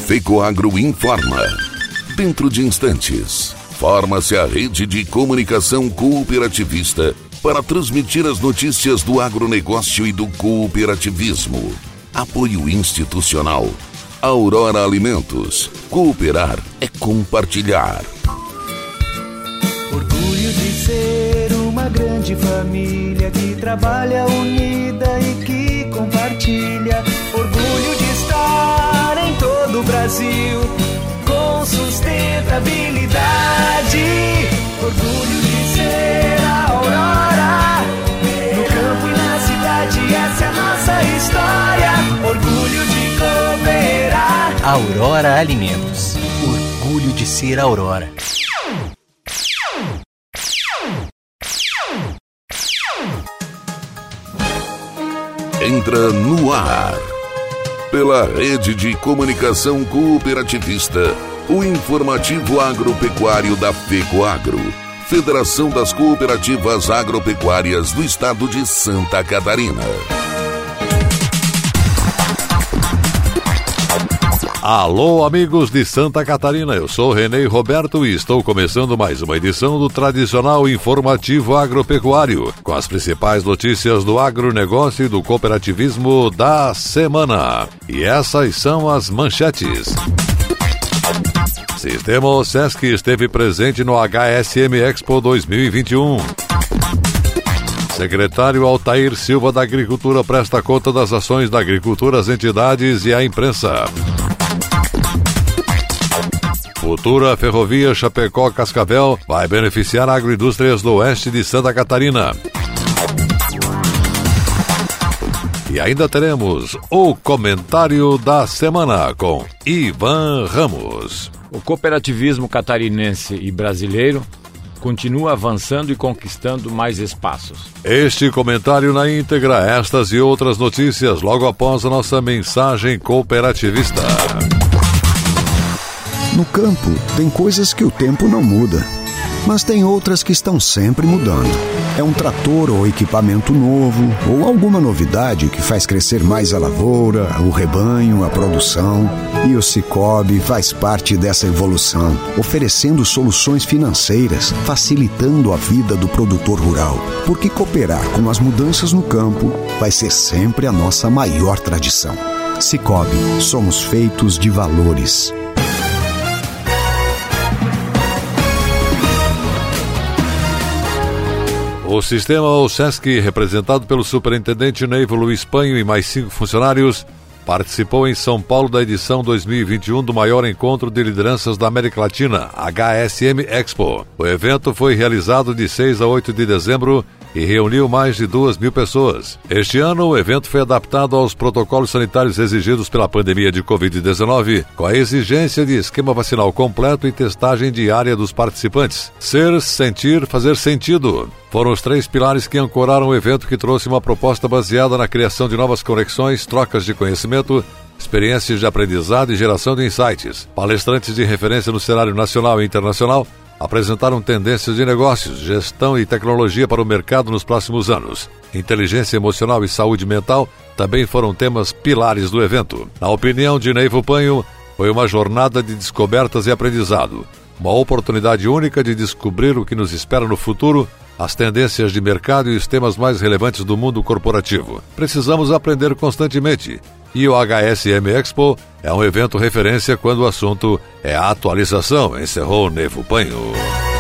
FECOAGRO informa. Dentro de instantes, forma-se a rede de comunicação cooperativista para transmitir as notícias do agronegócio e do cooperativismo. Apoio institucional. Aurora Alimentos. Cooperar é compartilhar. Orgulho de ser uma grande família que trabalha unida e que compartilha. Orgulho de estar em todo o Brasil com sustentabilidade. Orgulho de ser a Aurora, no campo e na cidade, essa é a nossa história. Orgulho de cooperar. Aurora Alimentos. Orgulho de ser Aurora. Entra no ar. Pela Rede de Comunicação Cooperativista, o informativo agropecuário da FECOAGRO, Federação das Cooperativas Agropecuárias do Estado de Santa Catarina. Alô, amigos de Santa Catarina, eu sou Renê Roberto e estou começando mais uma edição do tradicional informativo agropecuário, com as principais notícias do agronegócio e do cooperativismo da semana. E essas são as manchetes. Sistema OSESC esteve presente no HSM Expo 2021. Secretário Altair Silva da Agricultura presta conta das ações da agricultura às entidades e à imprensa. Futura ferrovia Chapecó-Cascavel vai beneficiar agroindústrias do oeste de Santa Catarina. E ainda teremos o comentário da semana com Ivan Ramos. O cooperativismo catarinense e brasileiro continua avançando e conquistando mais espaços. Este comentário na íntegra, estas e outras notícias logo após a nossa mensagem cooperativista. No campo, tem coisas que o tempo não muda, mas tem outras que estão sempre mudando. É um trator ou equipamento novo, ou alguma novidade que faz crescer mais a lavoura, o rebanho, a produção. E o Sicoob faz parte dessa evolução, oferecendo soluções financeiras, facilitando a vida do produtor rural. Porque cooperar com as mudanças no campo vai ser sempre a nossa maior tradição. Sicoob, somos feitos de valores. O sistema OSESC, representado pelo superintendente Neivo Luiz Panho e mais 5 funcionários, participou em São Paulo da edição 2021 do maior encontro de lideranças da América Latina, HSM Expo. O evento foi realizado de 6 a 8 de dezembro e reuniu mais de 2.000 pessoas. Este ano, o evento foi adaptado aos protocolos sanitários exigidos pela pandemia de Covid-19, com a exigência de esquema vacinal completo e testagem diária dos participantes. Ser, sentir, fazer sentido foram os 3 pilares que ancoraram o evento, que trouxe uma proposta baseada na criação de novas conexões, trocas de conhecimento, experiências de aprendizado e geração de insights. Palestrantes de referência no cenário nacional e internacional apresentaram tendências de negócios, gestão e tecnologia para o mercado nos próximos anos. Inteligência emocional e saúde mental também foram temas pilares do evento. Na opinião de Neivo Panho, foi uma jornada de descobertas e aprendizado, uma oportunidade única de descobrir o que nos espera no futuro, as tendências de mercado e os temas mais relevantes do mundo corporativo. Precisamos aprender constantemente, e o HSM Expo é um evento referência quando o assunto é a atualização, encerrou Neivo Panho.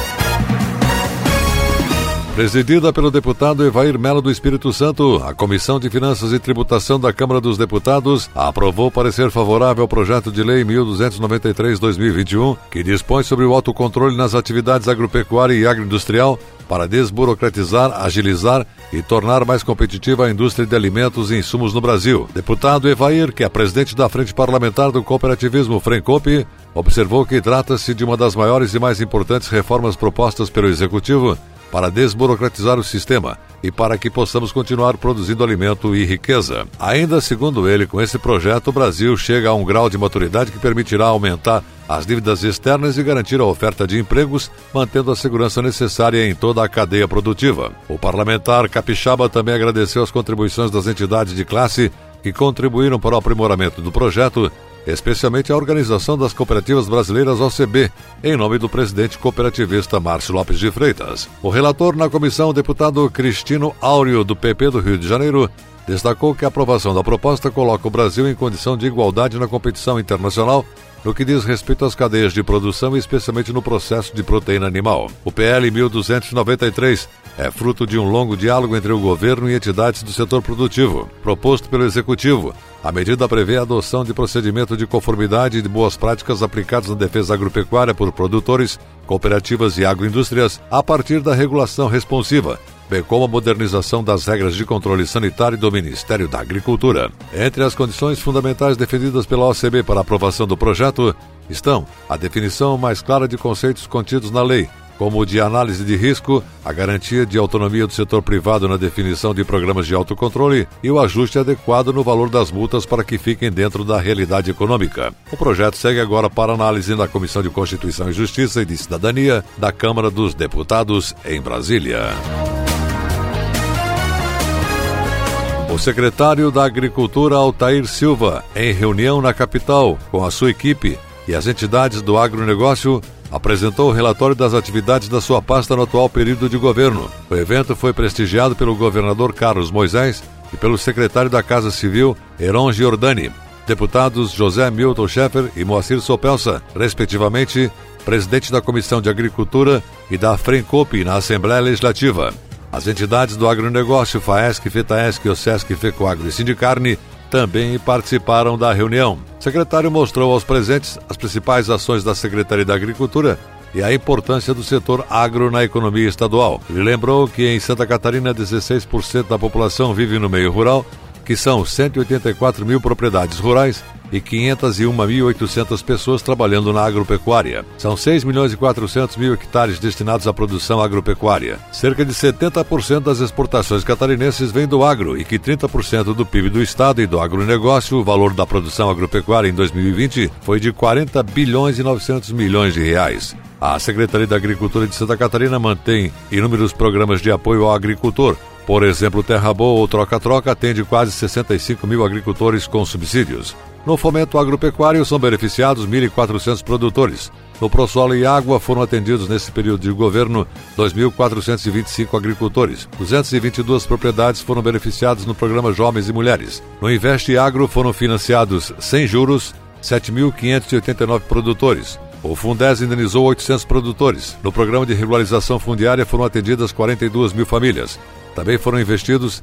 Presidida pelo deputado Evair Melo do Espírito Santo, a Comissão de Finanças e Tributação da Câmara dos Deputados aprovou parecer favorável ao projeto de lei 1293/2021, que dispõe sobre o autocontrole nas atividades agropecuária e agroindustrial para desburocratizar, agilizar e tornar mais competitiva a indústria de alimentos e insumos no Brasil. Deputado Evair, que é presidente da Frente Parlamentar do Cooperativismo FRENCOP, observou que trata-se de uma das maiores e mais importantes reformas propostas pelo Executivo para desburocratizar o sistema e para que possamos continuar produzindo alimento e riqueza. Ainda segundo ele, com esse projeto, o Brasil chega a um grau de maturidade que permitirá aumentar as dívidas externas e garantir a oferta de empregos, mantendo a segurança necessária em toda a cadeia produtiva. O parlamentar capixaba também agradeceu as contribuições das entidades de classe que contribuíram para o aprimoramento do projeto, especialmente a Organização das Cooperativas Brasileiras, OCB, em nome do presidente cooperativista Márcio Lopes de Freitas. O relator na comissão, o deputado Cristino Áureo, do PP do Rio de Janeiro, destacou que a aprovação da proposta coloca o Brasil em condição de igualdade na competição internacional no que diz respeito às cadeias de produção e especialmente no processo de proteína animal. O PL 1293 é fruto de um longo diálogo entre o governo e entidades do setor produtivo. Proposto pelo Executivo, a medida prevê a adoção de procedimento de conformidade e de boas práticas aplicados na defesa agropecuária por produtores, cooperativas e agroindústrias a partir da regulação responsiva, bem como a modernização das regras de controle sanitário do Ministério da Agricultura. Entre as condições fundamentais defendidas pela OCB para a aprovação do projeto estão a definição mais clara de conceitos contidos na lei, como o de análise de risco, a garantia de autonomia do setor privado na definição de programas de autocontrole e o ajuste adequado no valor das multas para que fiquem dentro da realidade econômica. O projeto segue agora para análise na Comissão de Constituição e Justiça e de Cidadania da Câmara dos Deputados em Brasília. O secretário da Agricultura, Altair Silva, em reunião na capital com a sua equipe e as entidades do agronegócio, apresentou o relatório das atividades da sua pasta no atual período de governo. O evento foi prestigiado pelo governador Carlos Moisés e pelo secretário da Casa Civil, Heron Giordani, deputados José Milton Schaeffer e Moacir Sopelsa, respectivamente, presidente da Comissão de Agricultura e da Frencope na Assembleia Legislativa. As entidades do agronegócio, FAESC, FETAESC, OSESC, FECOAGRO e Sindicarne também participaram da reunião. O secretário mostrou aos presentes as principais ações da Secretaria da Agricultura e a importância do setor agro na economia estadual. Ele lembrou que em Santa Catarina 16% da população vive no meio rural, que são 184 mil propriedades rurais e 501.800 pessoas trabalhando na agropecuária. São 6 milhões e 400 mil hectares destinados à produção agropecuária. Cerca de 70% das exportações catarinenses vêm do agro e que 30% do PIB do estado e do agronegócio, o valor da produção agropecuária em 2020, foi de 40 bilhões e 900 milhões de reais. A Secretaria da Agricultura de Santa Catarina mantém inúmeros programas de apoio ao agricultor. Por exemplo, Terra Boa ou Troca-Troca atende quase 65 mil agricultores com subsídios. No fomento agropecuário são beneficiados 1.400 produtores. No ProSolo e Água foram atendidos nesse período de governo 2.425 agricultores. 222 propriedades foram beneficiadas no programa Jovens e Mulheres. No Investe Agro foram financiados sem juros 7.589 produtores. O Fundes indenizou 800 produtores. No programa de regularização fundiária foram atendidas 42 mil famílias. Também foram investidos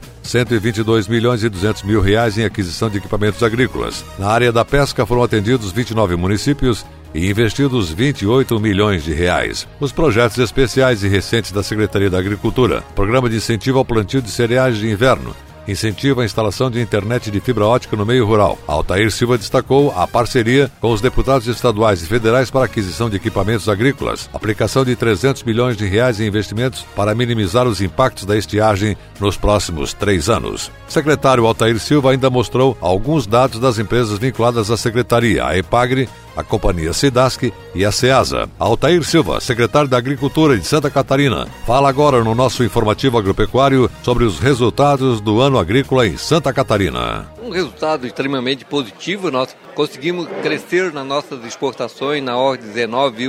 122 milhões e 200 mil reais em aquisição de equipamentos agrícolas. Na área da pesca foram atendidos 29 municípios e investidos 28 milhões de reais. Os projetos especiais e recentes da Secretaria da Agricultura, Programa de Incentivo ao Plantio de Cereais de Inverno, incentiva a instalação de internet de fibra ótica no meio rural. Altair Silva destacou a parceria com os deputados estaduais e federais para a aquisição de equipamentos agrícolas, aplicação de 300 milhões de reais em investimentos para minimizar os impactos da estiagem nos próximos 3 anos. O secretário Altair Silva ainda mostrou alguns dados das empresas vinculadas à secretaria, a EPAGRE, a Companhia Cidasc e a Ceasa. Altair Silva, secretário da Agricultura de Santa Catarina, fala agora no nosso informativo agropecuário sobre os resultados do ano agrícola em Santa Catarina. Um resultado extremamente positivo. Nós conseguimos crescer nas nossas exportações na ordem de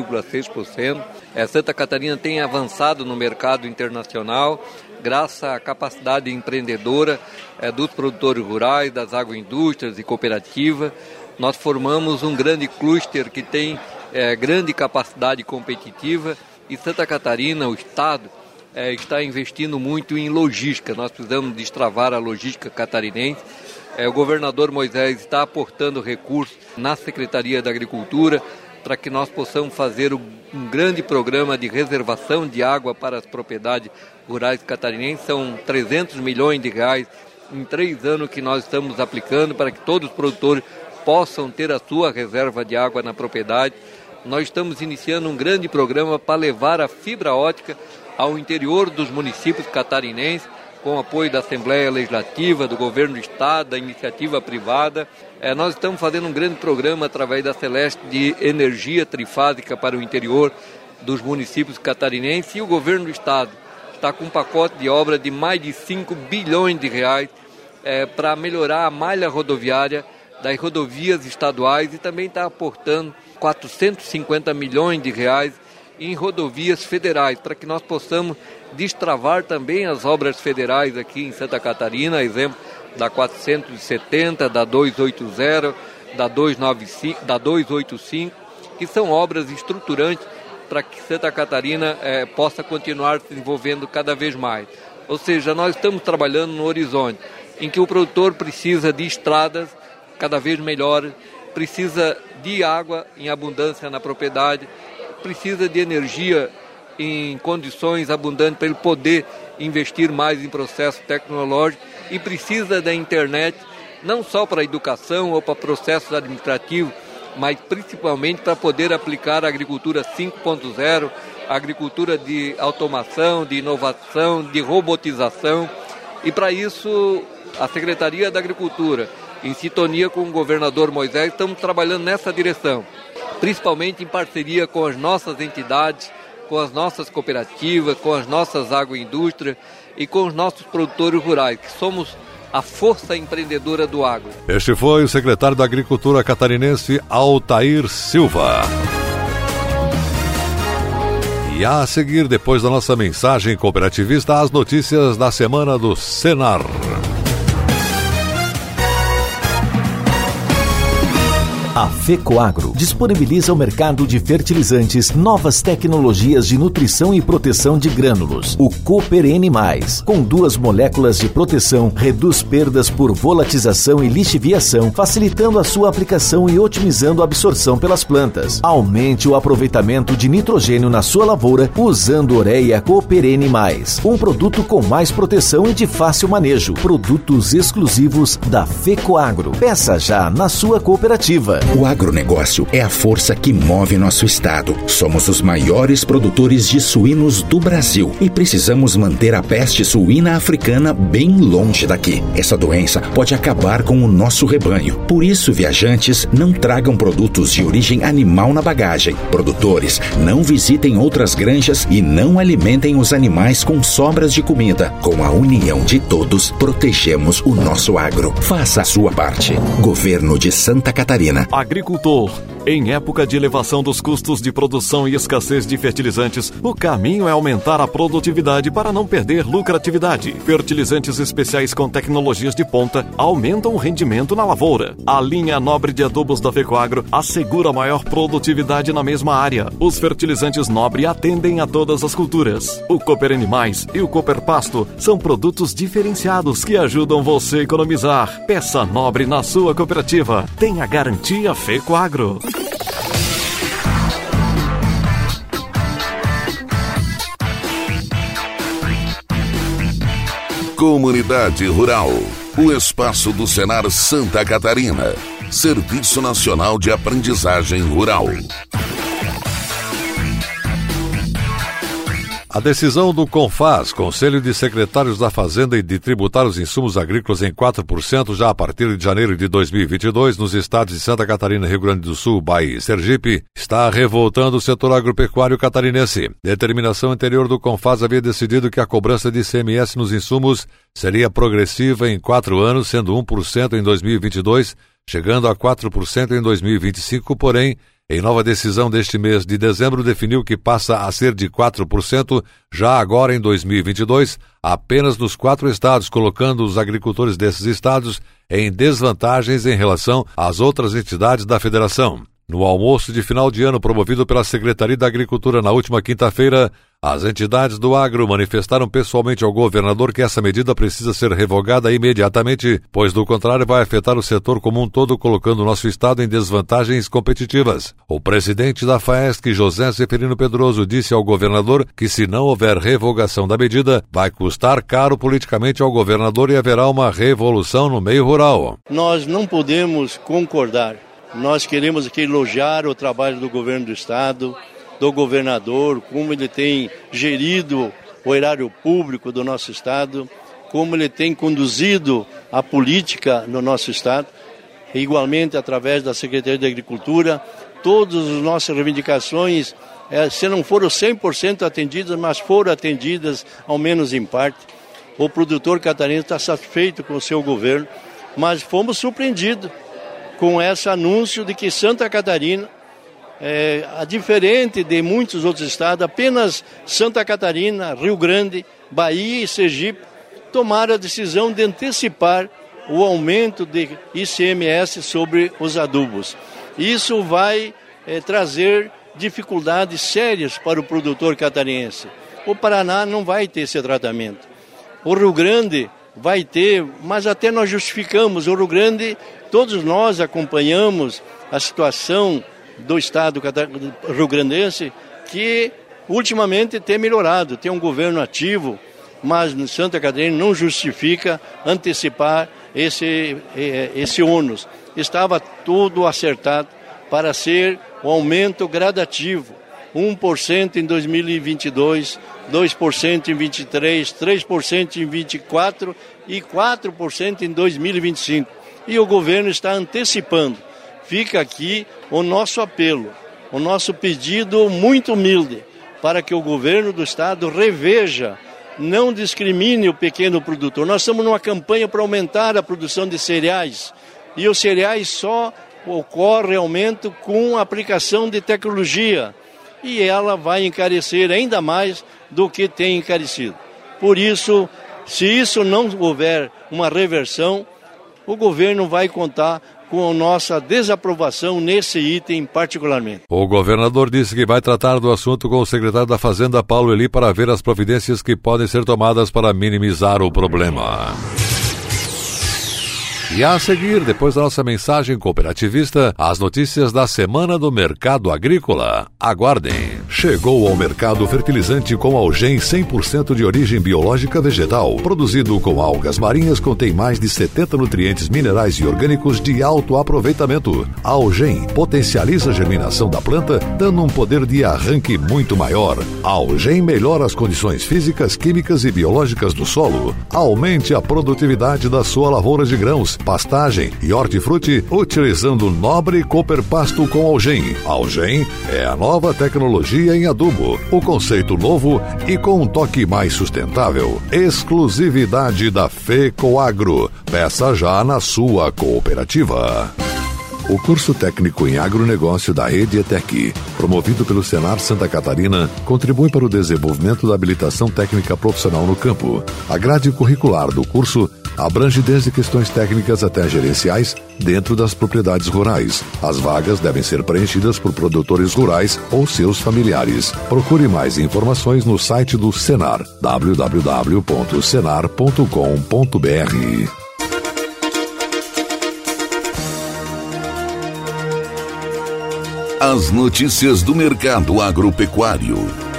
19,6%. Santa Catarina tem avançado no mercado internacional graças à capacidade empreendedora dos produtores rurais, das agroindústrias e cooperativas. Nós formamos um grande cluster que tem grande capacidade competitiva e Santa Catarina, o Estado, está investindo muito em logística. Nós precisamos destravar a logística catarinense. O governador Moisés está aportando recursos na Secretaria da Agricultura para que nós possamos fazer um grande programa de reservação de água para as propriedades rurais catarinenses. São 300 milhões de reais em 3 anos que nós estamos aplicando para que todos os produtores possam ter a sua reserva de água na propriedade. Nós estamos iniciando um grande programa para levar a fibra ótica ao interior dos municípios catarinenses, com apoio da Assembleia Legislativa, do Governo do Estado, da iniciativa privada. Nós estamos fazendo um grande programa através da Celeste de energia trifásica para o interior dos municípios catarinenses e o Governo do Estado está com um pacote de obra de mais de 5 bilhões de reais para melhorar a malha rodoviária das rodovias estaduais e também está aportando 450 milhões de reais em rodovias federais, para que nós possamos destravar também as obras federais aqui em Santa Catarina, exemplo da 470, da 280, da 295, da 285, que são obras estruturantes para que Santa Catarina possa continuar se desenvolvendo cada vez mais. Ou seja, nós estamos trabalhando no horizonte em que o produtor precisa de estradas cada vez melhores, precisa de água em abundância na propriedade, precisa de energia em condições abundantes para ele poder investir mais em processo tecnológico e precisa da internet não só para a educação ou para processos administrativos, mas principalmente para poder aplicar a agricultura 5.0, a agricultura de automação, de inovação, de robotização. E para isso, a Secretaria da Agricultura, em sintonia com o governador Moisés, estamos trabalhando nessa direção, principalmente em parceria com as nossas entidades, com as nossas cooperativas, com as nossas agroindústrias e com os nossos produtores rurais, que somos a força empreendedora do agro. Este foi o secretário da Agricultura catarinense, Altair Silva. E a seguir, depois da nossa mensagem cooperativista, as notícias da semana do Senar. A FECOAGRO disponibiliza ao mercado de fertilizantes novas tecnologias de nutrição e proteção de grânulos. O Cooper N+, com 2 moléculas de proteção, reduz perdas por volatização e lixiviação, facilitando a sua aplicação e otimizando a absorção pelas plantas. Aumente o aproveitamento de nitrogênio na sua lavoura usando Ureia Cooper N+, um produto com mais proteção e de fácil manejo. Produtos exclusivos da FECOAGRO. Peça já na sua cooperativa. O agronegócio é a força que move nosso estado. Somos os maiores produtores de suínos do Brasil e precisamos manter a peste suína africana bem longe daqui. Essa doença pode acabar com o nosso rebanho. Por isso, viajantes, não tragam produtos de origem animal na bagagem. Produtores, não visitem outras granjas e não alimentem os animais com sobras de comida. Com a união de todos, protegemos o nosso agro. Faça a sua parte. Governo de Santa Catarina. Agricultor, em época de elevação dos custos de produção e escassez de fertilizantes, o caminho é aumentar a produtividade para não perder lucratividade. Fertilizantes especiais com tecnologias de ponta aumentam o rendimento na lavoura. A linha nobre de adubos da FECOAGRO assegura maior produtividade na mesma área. Os fertilizantes nobre atendem a todas as culturas. O Cooper N+, e o Cooper Pasto são produtos diferenciados que ajudam você a economizar. Peça nobre na sua cooperativa. Tenha garantia FECOAGRO. Comunidade Rural, o espaço do Senar Santa Catarina, Serviço Nacional de Aprendizagem Rural. A decisão do CONFAS, Conselho de Secretários da Fazenda, e de tributar os insumos agrícolas em 4% já a partir de janeiro de 2022 nos estados de Santa Catarina, Rio Grande do Sul, Bahia e Sergipe, está revoltando o setor agropecuário catarinense. Determinação anterior do CONFAS havia decidido que a cobrança de ICMS nos insumos seria progressiva em 4 anos, sendo 1% em 2022, chegando a 4% em 2025, porém, em nova decisão deste mês de dezembro, definiu que passa a ser de 4% já agora em 2022, apenas nos 4 estados, colocando os agricultores desses estados em desvantagens em relação às outras entidades da federação. No almoço de final de ano promovido pela Secretaria da Agricultura na última quinta-feira, as entidades do agro manifestaram pessoalmente ao governador que essa medida precisa ser revogada imediatamente, pois do contrário vai afetar o setor como um todo, colocando o nosso estado em desvantagens competitivas. O presidente da FAESC, José Zeferino Pedroso, disse ao governador que se não houver revogação da medida, vai custar caro politicamente ao governador e haverá uma revolução no meio rural. Nós não podemos concordar. Nós queremos aqui elogiar o trabalho do governo do estado, do governador, como ele tem gerido o erário público do nosso estado, como ele tem conduzido a política no nosso estado, e igualmente através da Secretaria de Agricultura, todas as nossas reivindicações, se não foram 100% atendidas, mas foram atendidas ao menos em parte. O produtor catarinense está satisfeito com o seu governo, mas fomos surpreendidos com esse anúncio de que Santa Catarina, diferente de muitos outros estados, apenas Santa Catarina, Rio Grande, Bahia e Sergipe tomaram a decisão de antecipar o aumento de ICMS sobre os adubos. Isso vai trazer dificuldades sérias para o produtor catarinense. O Paraná não vai ter esse tratamento. O Rio Grande vai ter, mas até nós justificamos. O Rio Grande, todos nós acompanhamos a situação do estado rio-grandense, que ultimamente tem melhorado, tem um governo ativo, mas no Santa Catarina não justifica antecipar esse ônus. Estava tudo acertado para ser um aumento gradativo, 1% em 2022, 2% em 23, 3% em 24 e 4% em 2025. E o governo está antecipando. Fica aqui o nosso apelo, o nosso pedido muito humilde, para que o governo do estado reveja, não discrimine o pequeno produtor. Nós estamos numa campanha para aumentar a produção de cereais, e os cereais só ocorre aumento com a aplicação de tecnologia, e ela vai encarecer ainda mais do que tem encarecido. Por isso, se isso não houver uma reversão, o governo vai contar com a nossa desaprovação nesse item particularmente. O governador disse que vai tratar do assunto com o secretário da Fazenda, Paulo Eli, para ver as providências que podem ser tomadas para minimizar o problema. E a seguir, depois da nossa mensagem cooperativista, as notícias da Semana do Mercado Agrícola. Aguardem! Chegou ao mercado fertilizante com Algem 100% de origem biológica vegetal. Produzido com algas marinhas, contém mais de 70 nutrientes minerais e orgânicos de alto aproveitamento. A Algem potencializa a germinação da planta, dando um poder de arranque muito maior. A Algem melhora as condições físicas, químicas e biológicas do solo. Aumente a produtividade da sua lavoura de grãos, pastagem e hortifruti, utilizando nobre Cooper Pasto com Algem. Algem é a nova tecnologia em adubo, o conceito novo e com um toque mais sustentável. Exclusividade da FECOAGRO. Peça já na sua cooperativa. O curso técnico em agronegócio da Rede ETEC, promovido pelo Senar Santa Catarina, contribui para o desenvolvimento da habilitação técnica profissional no campo. A grade curricular do curso abrange desde questões técnicas até gerenciais dentro das propriedades rurais. As vagas devem ser preenchidas por produtores rurais ou seus familiares. Procure mais informações no site do Senar, www.senar.com.br. As notícias do mercado agropecuário.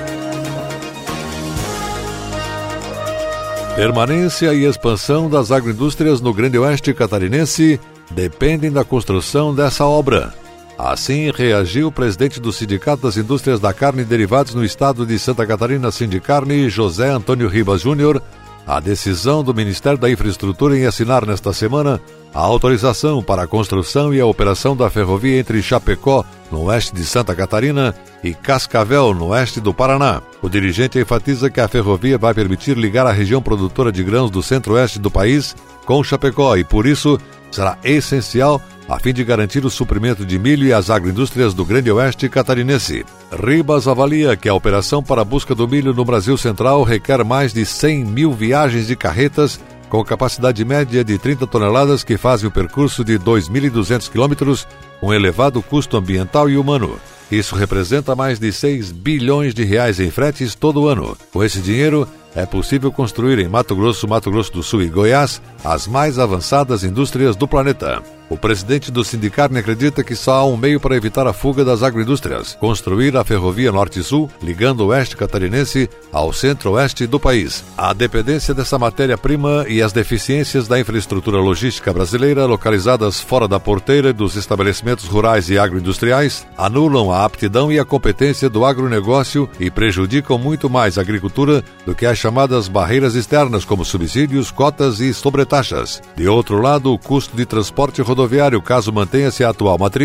Permanência e expansão das agroindústrias no Grande Oeste catarinense dependem da construção dessa obra. Assim reagiu o presidente do Sindicato das Indústrias da Carne e Derivados no estado de Santa Catarina, Sindicarne, José Antônio Ribas Júnior, à decisão do Ministério da Infraestrutura em assinar nesta semana a autorização para a construção e a operação da ferrovia entre Chapecó, no oeste de Santa Catarina, e Cascavel, no oeste do Paraná. O dirigente enfatiza que a ferrovia vai permitir ligar a região produtora de grãos do centro-oeste do país com Chapecó e, por isso, será essencial a fim de garantir o suprimento de milho e as agroindústrias do Grande Oeste catarinense. Ribas avalia que a operação para a busca do milho no Brasil Central requer mais de 100 mil viagens de carretas com capacidade média de 30 toneladas que fazem o percurso de 2.200 quilômetros, com elevado custo ambiental e humano. Isso representa mais de 6 bilhões de reais em fretes todo ano. Com esse dinheiro, é possível construir em Mato Grosso do Sul e Goiás as mais avançadas indústrias do planeta. O presidente do Sindicarne acredita que só há um meio para evitar a fuga das agroindústrias: construir a ferrovia Norte-Sul, ligando o oeste catarinense ao centro-oeste do país. A dependência dessa matéria-prima e as deficiências da infraestrutura logística brasileira, localizadas fora da porteira dos estabelecimentos rurais e agroindustriais, anulam a aptidão e a competência do agronegócio e prejudicam muito mais a agricultura do que as chamadas barreiras externas, como subsídios, cotas e sobretaxas. De outro lado, o custo de transporte rodoviário, caso mantenha-se a atual matriz,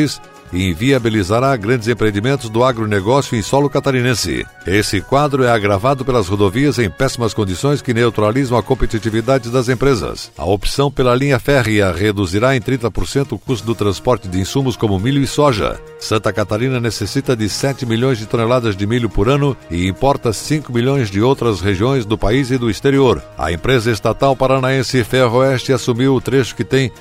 e inviabilizará grandes empreendimentos do agronegócio em solo catarinense. Esse quadro é agravado pelas rodovias em péssimas condições que neutralizam a competitividade das empresas. A opção pela linha férrea reduzirá em 30% o custo do transporte de insumos como milho e soja. Santa Catarina necessita de 7 milhões de toneladas de milho por ano e importa 5 milhões de outras regiões do país e do exterior. A empresa estatal paranaense Ferroeste assumiu o trecho que tem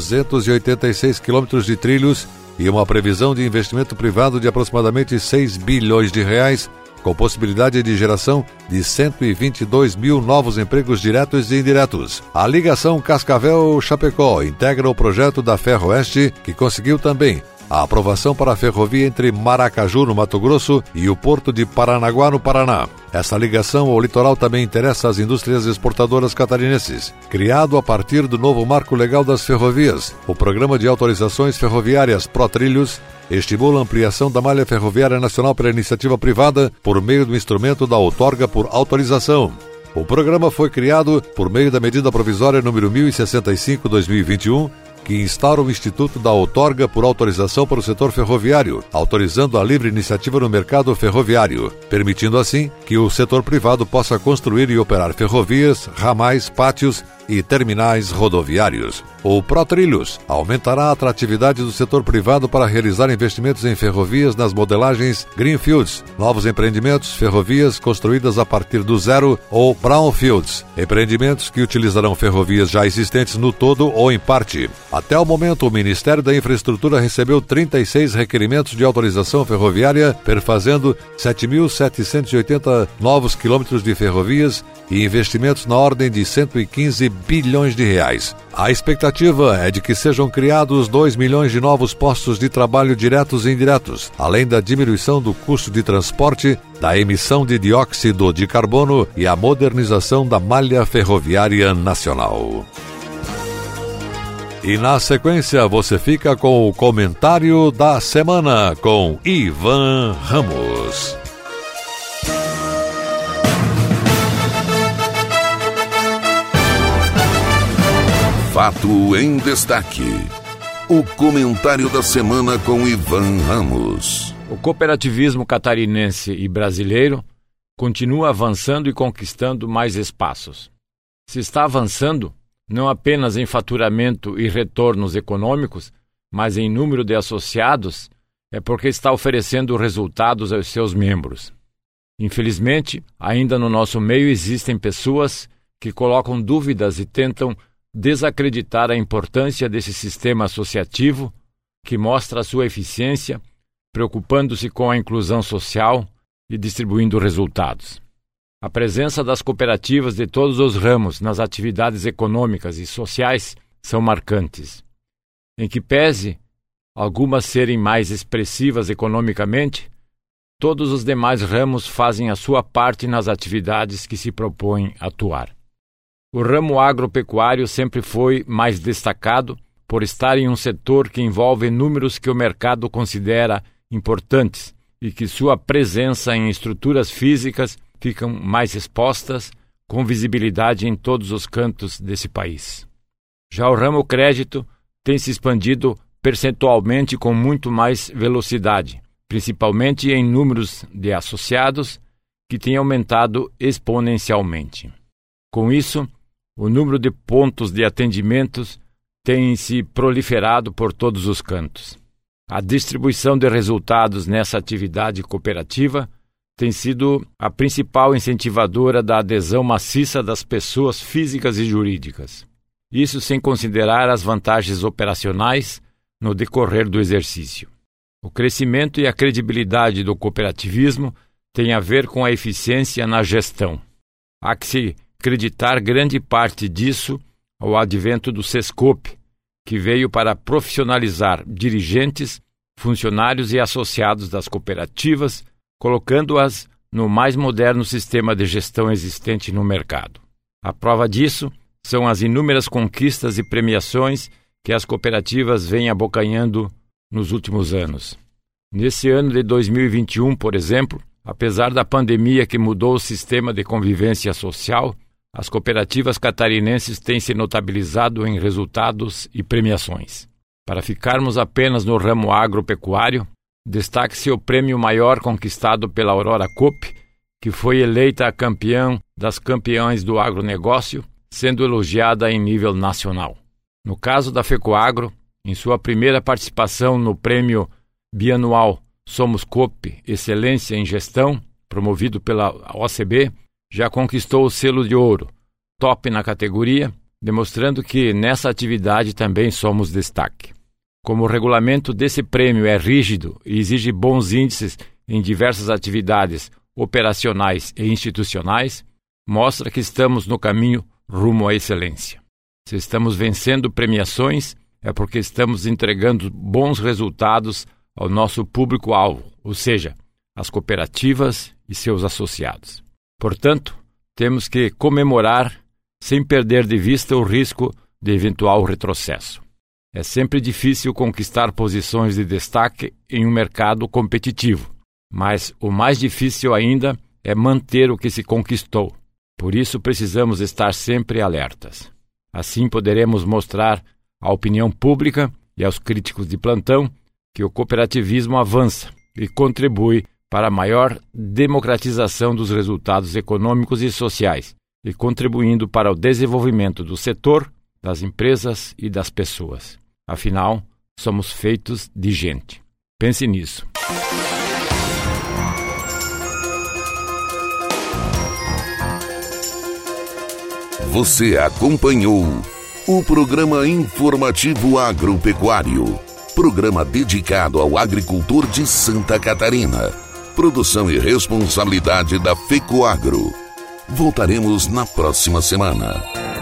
286 quilômetros de trilhos e uma previsão de investimento privado de aproximadamente 6 bilhões de reais, com possibilidade de geração de 122 mil novos empregos diretos e indiretos. A ligação Cascavel-Chapecó integra o projeto da Ferroeste, que conseguiu também a aprovação para a ferrovia entre Maracaju, no Mato Grosso, e o porto de Paranaguá, no Paraná. Essa ligação ao litoral também interessa as indústrias exportadoras catarinenses. Criado a partir do novo marco legal das ferrovias, o Programa de Autorizações Ferroviárias ProTrilhos estimula a ampliação da malha ferroviária nacional pela iniciativa privada por meio do instrumento da outorga por autorização. O programa foi criado por meio da medida provisória número 1065/2021, que instaura o Instituto da Outorga por Autorização para o setor ferroviário, autorizando a livre iniciativa no mercado ferroviário, permitindo assim que o setor privado possa construir e operar ferrovias, ramais, pátios e terminais rodoviários. O ProTrilhos aumentará a atratividade do setor privado para realizar investimentos em ferrovias nas modelagens Greenfields, novos empreendimentos, ferrovias construídas a partir do zero, ou Brownfields, empreendimentos que utilizarão ferrovias já existentes no todo ou em parte. Até o momento, o Ministério da Infraestrutura recebeu 36 requerimentos de autorização ferroviária, perfazendo 7.780 novos quilômetros de ferrovias e investimentos na ordem de 115 bilhões de reais. A expectativa é de que sejam criados 2 milhões de novos postos de trabalho diretos e indiretos, além da diminuição do custo de transporte, da emissão de dióxido de carbono e a modernização da malha ferroviária nacional. E na sequência você fica com o comentário da semana com Ivan Ramos. Fato em destaque. O comentário da semana com Ivan Ramos. O cooperativismo catarinense e brasileiro continua avançando e conquistando mais espaços. Se está avançando, não apenas em faturamento e retornos econômicos, mas em número de associados, é porque está oferecendo resultados aos seus membros. Infelizmente, ainda no nosso meio existem pessoas que colocam dúvidas e tentam desacreditar a importância desse sistema associativo que mostra a sua eficiência, preocupando-se com a inclusão social e distribuindo resultados. A presença das cooperativas de todos os ramos nas atividades econômicas e sociais são marcantes. Em que pese algumas serem mais expressivas economicamente, todos os demais ramos fazem a sua parte nas atividades que se propõem atuar. O ramo agropecuário sempre foi mais destacado por estar em um setor que envolve números que o mercado considera importantes e que sua presença em estruturas físicas ficam mais expostas, com visibilidade em todos os cantos desse país. Já o ramo crédito tem se expandido percentualmente com muito mais velocidade, principalmente em números de associados, que tem aumentado exponencialmente. Com isso, o número de pontos de atendimentos tem se proliferado por todos os cantos. A distribuição de resultados nessa atividade cooperativa tem sido a principal incentivadora da adesão maciça das pessoas físicas e jurídicas. Isso sem considerar as vantagens operacionais no decorrer do exercício. O crescimento e a credibilidade do cooperativismo têm a ver com a eficiência na gestão. Há que se acreditar grande parte disso ao advento do Sescope, que veio para profissionalizar dirigentes, funcionários e associados das cooperativas, colocando-as no mais moderno sistema de gestão existente no mercado. A prova disso são as inúmeras conquistas e premiações que as cooperativas vêm abocanhando nos últimos anos. Nesse ano de 2021, por exemplo, apesar da pandemia que mudou o sistema de convivência social, as cooperativas catarinenses têm se notabilizado em resultados e premiações. Para ficarmos apenas no ramo agropecuário, destaque-se o prêmio maior conquistado pela Aurora Coop, que foi eleita a campeã das campeãs do agronegócio, sendo elogiada em nível nacional. No caso da FECOAGRO, em sua primeira participação no prêmio bianual Somos Coop Excelência em Gestão, promovido pela OCB, já conquistou o selo de ouro, top na categoria, demonstrando que nessa atividade também somos destaque. Como o regulamento desse prêmio é rígido e exige bons índices em diversas atividades operacionais e institucionais, mostra que estamos no caminho rumo à excelência. Se estamos vencendo premiações, é porque estamos entregando bons resultados ao nosso público-alvo, ou seja, as cooperativas e seus associados. Portanto, temos que comemorar sem perder de vista o risco de eventual retrocesso. É sempre difícil conquistar posições de destaque em um mercado competitivo, mas o mais difícil ainda é manter o que se conquistou. Por isso precisamos estar sempre alertas. Assim poderemos mostrar à opinião pública e aos críticos de plantão que o cooperativismo avança e contribui para a maior democratização dos resultados econômicos e sociais e contribuindo para o desenvolvimento do setor, das empresas e das pessoas. Afinal, somos feitos de gente. Pense nisso. Você acompanhou o programa informativo agropecuário, programa dedicado ao agricultor de Santa Catarina. Produção e responsabilidade da FECOAGRO. Voltaremos na próxima semana.